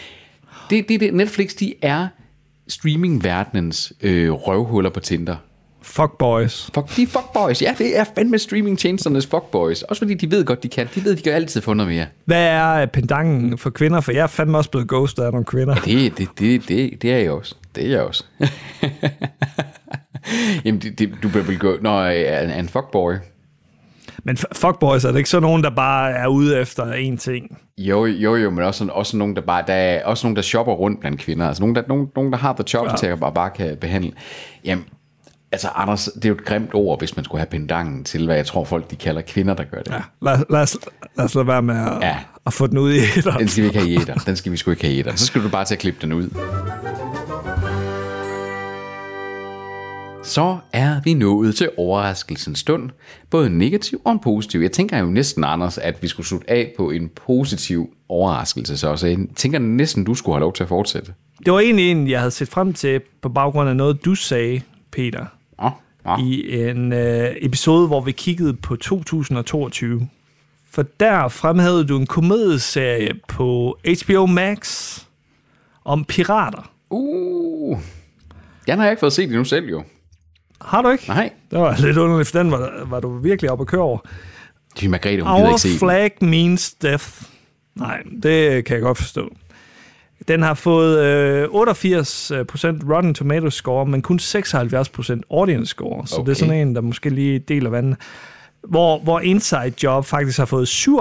Det Netflix, de er streamingverdenens røvhuller på Tinder. Fuckboys. De er fuckboys. Ja, det er fandme streamingtjenesternes fuckboys. Også fordi de ved godt, de kan. De ved, de kan altid få noget mere. Hvad er pendangen for kvinder? For jeg er fandme også blevet ghostet af nogle kvinder. Ja, det er jeg også. Det er jeg også. Jamen, du bliver vel gå, når er en fuckboy. Men fuckboys, er det ikke så nogen, der bare er ude efter en ting? Jo, men også nogen, der er også nogen, der shopper rundt blandt kvinder. Altså nogen, der har the chops til at bare kan behandle. Jamen, altså, Anders, det er jo et grimt ord, hvis man skulle have pendangen til, hvad jeg tror folk, de kalder kvinder, der gør det. Ja, lad os lade være med at få den ud i æteren. Den skal vi ikke have i æteren. Den skal vi sgu ikke have i æteren. Så skal du bare til at klippe den ud. Så er vi nået til overraskelsens stund. Både en negativ og en positiv. Jeg tænker jo næsten, Anders, at vi skulle slutte af på en positiv overraskelse. Så jeg tænker næsten, du skulle have lov til at fortsætte. Det var egentlig en, jeg havde set frem til på baggrund af noget, du sagde, Peter. I en episode, hvor vi kiggede på 2022. For der fremhævede du en komedieserie på HBO Max om pirater. Den har jeg ikke fået set endnu selv, jo. Har du ikke? Nej. Det var lidt underligt, for den var du virkelig oppe at køre over. Margrethe, hun gider ikke se Our flag means death. Nej, det kan jeg godt forstå. Den har fået 88% Rotten Tomatoes score, men kun 76% audience score. Så det er sådan en, der måske lige deler vandene. Hvor Inside Job faktisk har fået 77%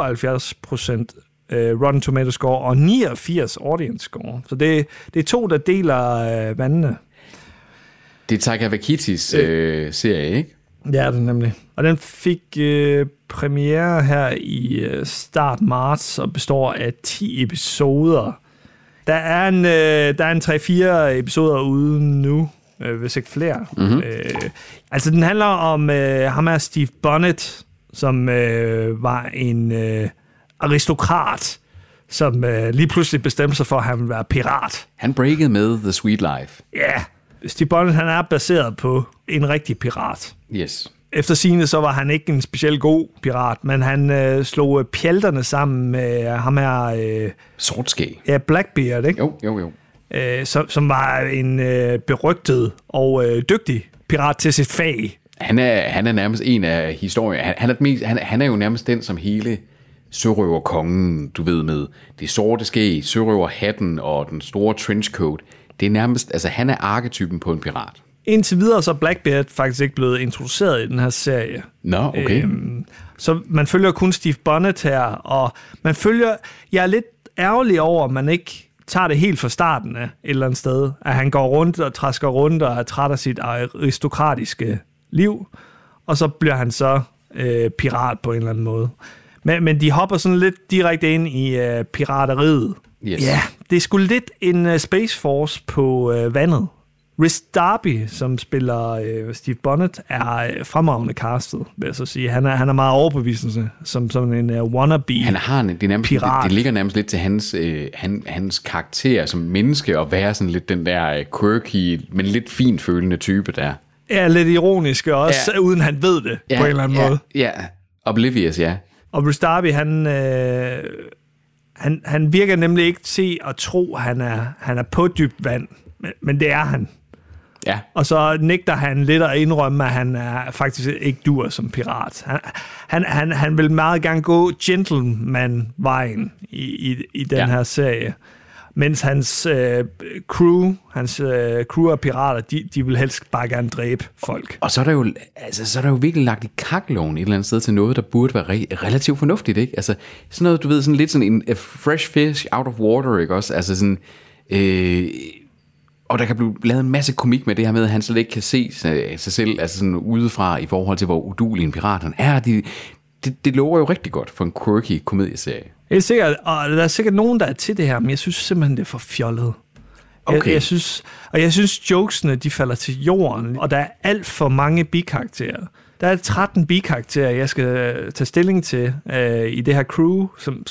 Rotten Tomatoes score og 89 audience score. Så det er to, der deler vandene. Det er Taika Waititis serie, ikke? Ja, det er nemlig. Og den fik premiere her i start marts og består af 10 episoder. Der er en 3-4 episoder ude nu, hvis ikke flere. Mm-hmm. Altså, den handler om ham her Steve Bonnet, som var en aristokrat, som lige pludselig bestemte sig for, at han ville være pirat. Han breakede med The Sweet Life. Ja, yeah. Steve Bonnet, han er baseret på en rigtig pirat. Yes. Efter sigende, så var han ikke en specielt god pirat, men han slog pjalterne sammen med ham her... Sortskæg. Ja, Blackbeard, ikke? Jo. Som var en berygtet og dygtig pirat til sit fag. Han er nærmest en af historien. Han er jo nærmest den, som hele sørøverkongen, du ved, med det sorte skæg, sørøverhatten og den store trenchcoat. Det er nærmest, altså han er arketypen på en pirat. Indtil videre så er Blackbeard faktisk ikke blevet introduceret i den her serie. Nå, okay. Så man følger kun Steve Bonnet her, og jeg er lidt ærgerlig over, at man ikke tager det helt fra starten af et eller andet sted. At han går rundt og træsker rundt og er træt af sit aristokratiske liv, og så bliver han så pirat på en eller anden måde. Men de hopper sådan lidt direkte ind i pirateriet. Yes. Ja, det er sgu lidt en Space Force på vandet. Rhys Darby, som spiller Steve Bonnet, er fremragende castet, vil jeg så sige. Han er meget overbevisende som sådan en wannabe pirat. Det ligger nærmest lidt til hans karakter som menneske at være sådan lidt den der quirky, men lidt finfølende type der. Ja, lidt ironisk også, uden han ved det på en eller anden måde. Ja, oblivious, ja. Og Rhys Darby, han virker nemlig ikke til at tro, han er på dybt vand, men det er han. Ja. Og så nægter han lidt at indrømme, at han er faktisk ikke dur som pirat. Han vil meget gerne gå gentleman-vejen i den her serie. Mens hans crew af pirater, de vil helst bare gerne dræbe folk. Og så er der jo virkelig lagt i kakkeloven et eller andet sted til noget, der burde være relativt fornuftigt, ikke? Altså sådan noget, du ved, sådan lidt sådan en fresh fish out of water, ikke også? Altså sådan... Og der kan blive lavet en masse komik med det her med, at han slet ikke kan se sig selv altså sådan udefra i forhold til, hvor uduelig en pirat han er. Det lover jo rigtig godt for en quirky komedieserie. Det er sikkert, og der er sikkert nogen, der er til det her, men jeg synes simpelthen, det er for fjollet. Okay. Jeg synes, jokesene, de falder til jorden, og der er alt for mange bikarakterer. Der er 13 bikarakterer, jeg skal tage stilling til i det her crew,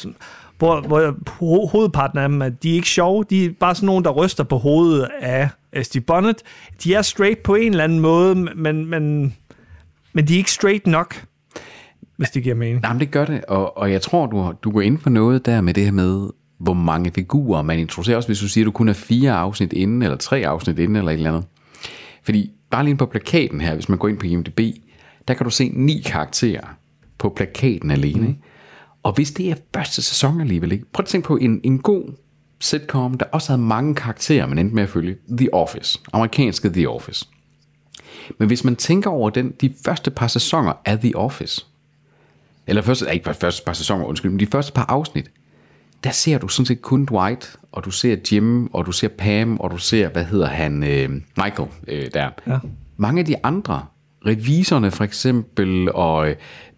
hvor hovedparten af dem, de er ikke sjove, de er bare sådan nogen, der ryster på hovedet af Steve Bonnet. De er straight på en eller anden måde, men de er ikke straight nok, hvis det giver mening. Jamen, det gør det, og jeg tror, du går ind på noget der med det her med, hvor mange figurer man introducerer, også hvis du siger, at du kun er 4 afsnit inden, eller 3 afsnit inden, eller et eller andet. Fordi bare lige på plakaten her, hvis man går ind på IMDb, der kan du se 9 karakterer på plakaten alene, ikke? Og hvis det er første sæson alligevel, ikke? Prøv at tænke på en god sitcom, der også havde mange karakterer, man endte med at følge. The Office. Amerikanske The Office. Men hvis man tænker over de første par sæsoner af The Office, eller ikke første par sæsoner, undskyld, men de første par afsnit, der ser du sådan set kun Dwight, og du ser Jim, og du ser Pam, og du ser, Michael der. Ja. Mange af de andre, revisorerne for eksempel, og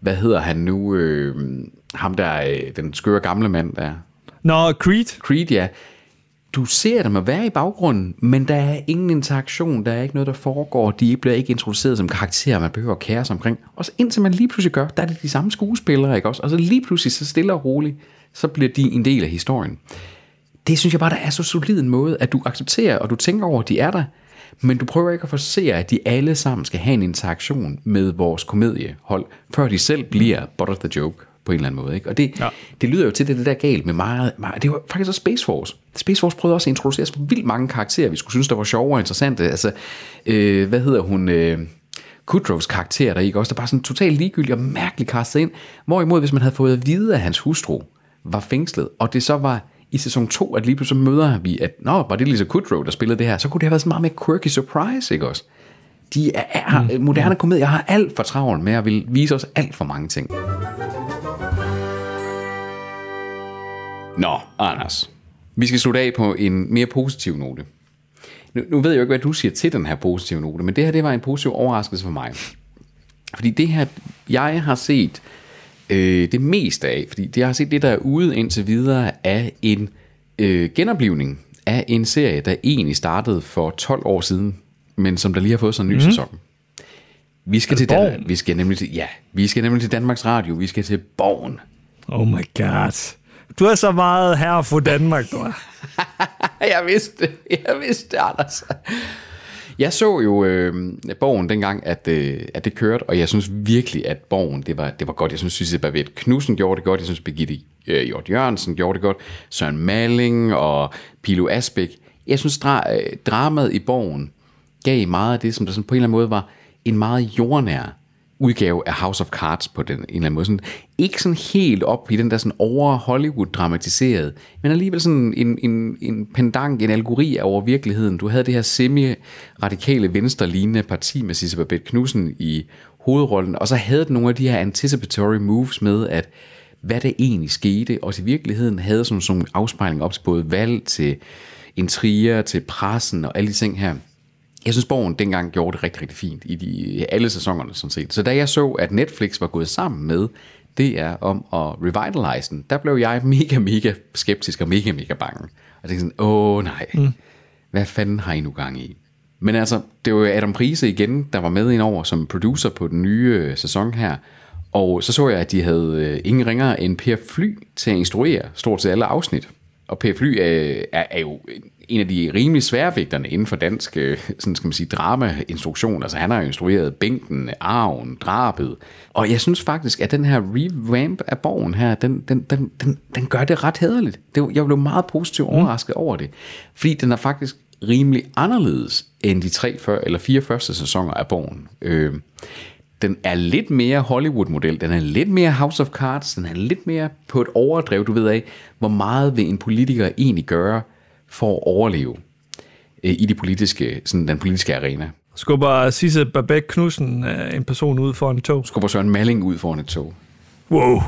ham der, den skøre gamle mand der. Creed, ja. Du ser dem at være i baggrunden, men der er ingen interaktion, der er ikke noget, der foregår, de bliver ikke introduceret som karakterer, man behøver at kære sig omkring. Og så indtil man lige pludselig gør, der er det de samme skuespillere, ikke også? Og så lige pludselig, så stille og roligt, så bliver de en del af historien. Det synes jeg bare, der er så solid en måde, at du accepterer, og du tænker over, at de er der, men du prøver ikke at forsere, at de alle sammen skal have en interaktion med vores komediehold, før de selv bliver butt of the joke. på en eller anden måde. Ikke? Og det lyder jo til det der galt med meget. Det var faktisk også Space Force. Space Force prøvede også at introducere så vildt mange karakterer, vi skulle synes, der var sjove og interessante. Altså, hvad hedder hun? Kudrows karakter, der ikke også, der bare sådan totalt ligegyldig og mærkeligt kastet ind. Hvorimod, hvis man havde fået at vide, at hans hustru var fængslet, og det så var i sæson 2, at lige pludselig møder vi, at var det Lisa Kudrow, der spillede det her, så kunne det have været sådan meget mere quirky surprise, ikke også? De er moderne komedier har alt for travlt med at vil vise os alt for mange ting. Nå, Anders. Vi skal slutte af på en mere positiv note. Nu ved jeg jo ikke, hvad du siger til den her positive note, men det her, det var en positiv overraskelse for mig. Fordi det her, jeg har set det meste af, fordi jeg har set det, der er ude indtil videre af en genoplivning af en serie, der egentlig startede for 12 år siden, men som der lige har fået sådan en ny sæson. Vi skal nemlig til Danmarks Radio. Vi skal til Borgen. Oh my god. Du er så meget herre for Danmark, du er. Jeg vidste det, Anders. Jeg så jo Borgen dengang, at det kørte, og jeg synes virkelig, at Borgen, det var godt. Jeg synes, Sisse Babette Knudsen gjorde det godt. Jeg synes, Birgitte Hjort Jørgensen gjorde det godt. Søren Malling og Pilo Asbæk. Jeg synes, dramaet i Borgen gav meget af det, som der sådan på en eller anden måde var en meget jordnær udgave af House of Cards på den en eller anden måde. Sådan, ikke sådan helt op i den der sådan over Hollywood dramatiseret, men alligevel sådan en pendant, en algori over virkeligheden. Du havde det her semi-radikale venstre-lignende parti med Sisse Babette Knudsen i hovedrollen, og så havde den nogle af de her anticipatory moves med, at hvad der egentlig skete, og til virkeligheden havde sådan en afspejling op til både valg, til intriger, til pressen og alle de ting her. Jeg synes, Borgen dengang gjorde det rigtig, rigtig fint i alle sæsonerne, sådan set. Så da jeg så, at Netflix var gået sammen med DR om at revitalize den, der blev jeg mega skeptisk og mega bange. Og tænkte sådan, nej, hvad fanden har I nu gang i? Men altså, det var Adam Prise igen, der var med ind over som producer på den nye sæson her. Og så jeg, at de havde ingen ringere end Per Fly til at instruere stort set alle afsnit. Og Per Fly er jo en af de rimelig sværvægterne inden for dansk sådan skal man sige, drama-instruktion. Altså han har jo instrueret Bænken, Arven, Drabet. Og jeg synes faktisk, at den her revamp af Borgen her, den gør det ret hæderligt. Jeg blev meget positivt overrasket over det. Fordi den er faktisk rimelig anderledes end de 4 første sæsoner af Borgen. Den er lidt mere Hollywood-model, den er lidt mere House of Cards, den er lidt mere på et overdrev, du ved af, hvor meget vil en politiker egentlig gøre for at overleve i den politiske arena. Skubber Sisse Babette Knudsen en person ud foran et tog? Skubber Søren Malling ud foran et tog. Wow.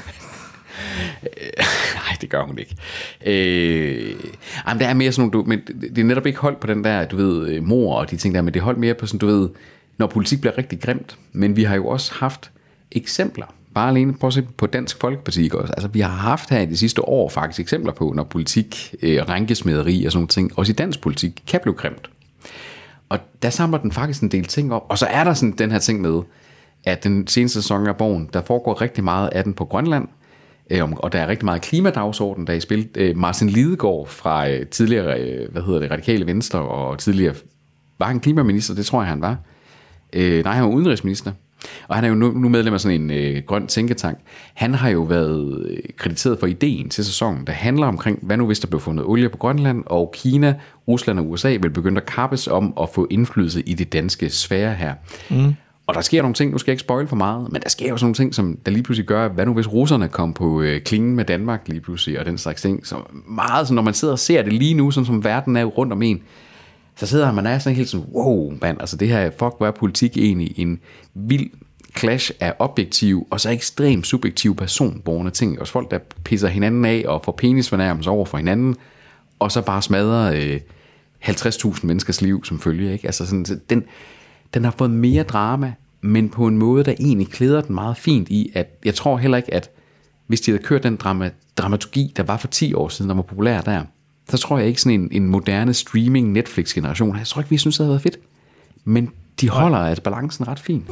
Nej, det gør hun ikke. Der er mere sådan nogle, men det er netop ikke holdt på den der, du ved, mor og de ting der, men det er holdt mere på sådan, du ved, når politik bliver rigtig grimt. Men vi har jo også haft eksempler, bare alene på at se på Dansk Folkeparti også. Altså vi har haft her i de sidste år faktisk eksempler på, når politik, rænkesmederi og sådan nogle ting, også i dansk politik, kan blive grimt. Og der samler den faktisk en del ting op. Og så er der sådan den her ting med, at den seneste sæson af Borgen, der foregår rigtig meget af den på Grønland, og der er rigtig meget klimadagsorden, der er i spil. Martin Lidegaard fra tidligere, Radikale Venstre, og tidligere var han klimaminister, det tror jeg han var. Nej, han var udenrigsminister. Og han er jo nu medlem af sådan en grøn tænketank. Han har jo været krediteret for ideen til sæsonen, der handler omkring, hvad nu hvis der blev fundet olie på Grønland, og Kina, Rusland og USA vil begynde at kappes om at få indflydelse i det danske sfære her. Og der sker nogle ting, nu skal jeg ikke spoil for meget, men der sker jo sådan nogle ting, som der lige pludselig gør, hvad nu hvis russerne kom på klingen med Danmark lige pludselig, og den slags ting. Så meget, så når man sidder og ser det lige nu, sådan som verden er rundt om en, så sidder man er sådan helt sådan, wow, mand, altså det her, fuck, hvad er politik egentlig? En vild clash af objektiv og så ekstremt subjektiv personborgerne ting. Også folk, der pisser hinanden af og får penisfornærmelser over for hinanden, og så bare smadrer 50.000 menneskers liv som følge, ikke? Altså sådan, den har fået mere drama, men på en måde, der egentlig klæder den meget fint i, at jeg tror heller ikke, at hvis de havde kørt den dramaturgi, der var for 10 år siden, der var populær der, så tror jeg ikke sådan en moderne streaming Netflix-generation. Jeg tror ikke, vi synes, det havde været fedt. Men de holder at balancen ret fint.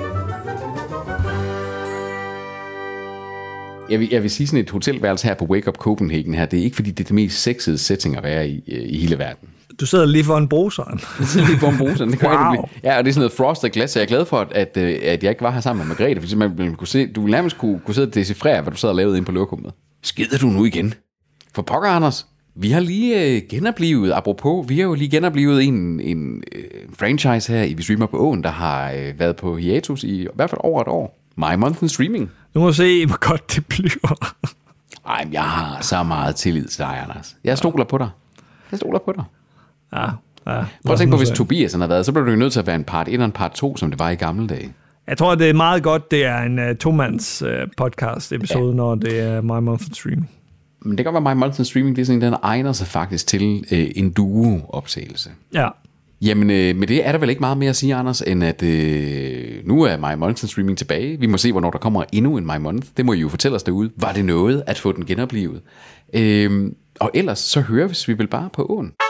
Jeg vil sige sådan et hotelværelse her på Wake Up Copenhagen her, det er ikke fordi, det er det mest sexede setting at være i hele verden. Du sidder lige foran bruseren. Lige foran bruseren. Det kan Wow. ja, og det er sådan noget frosted glas, så jeg er glad for, at jeg ikke var her sammen med Margrethe, fordi du ville nærmest kunne sidde og decifrere, hvad du sad og lavede inde på lokummet. Skider du nu igen? For pokker, Anders. Vi har lige genoplevet, apropos, vi har jo lige genoplevet en franchise her i Vi Streamer på Åen, der har været på hiatus i hvert fald over et år. My Month in Streaming. Nu må se, hvor godt det bliver. Ej, jeg har så meget tillid til dig, Anders. Jeg stoler på dig. Ja. Prøv at tænke på, hvis Tobias har været, så bliver du jo nødt til at være en part 1 og en part 2, som det var i gamle dage. Jeg tror, det er meget godt, det er en tomands podcast episode, når det er My Month in Streaming. Men det kan godt være, My Month in Streaming, det er sådan, den egner sig faktisk til en duo-optagelse. Ja. Jamen, med det er der vel ikke meget mere at sige, Anders, end at nu er My Month in Streaming tilbage. Vi må se, hvornår der kommer endnu en My Month. Det må I jo fortælle os derude. Var det noget at få den genoplevet? Og ellers så hører vi vel bare på åen.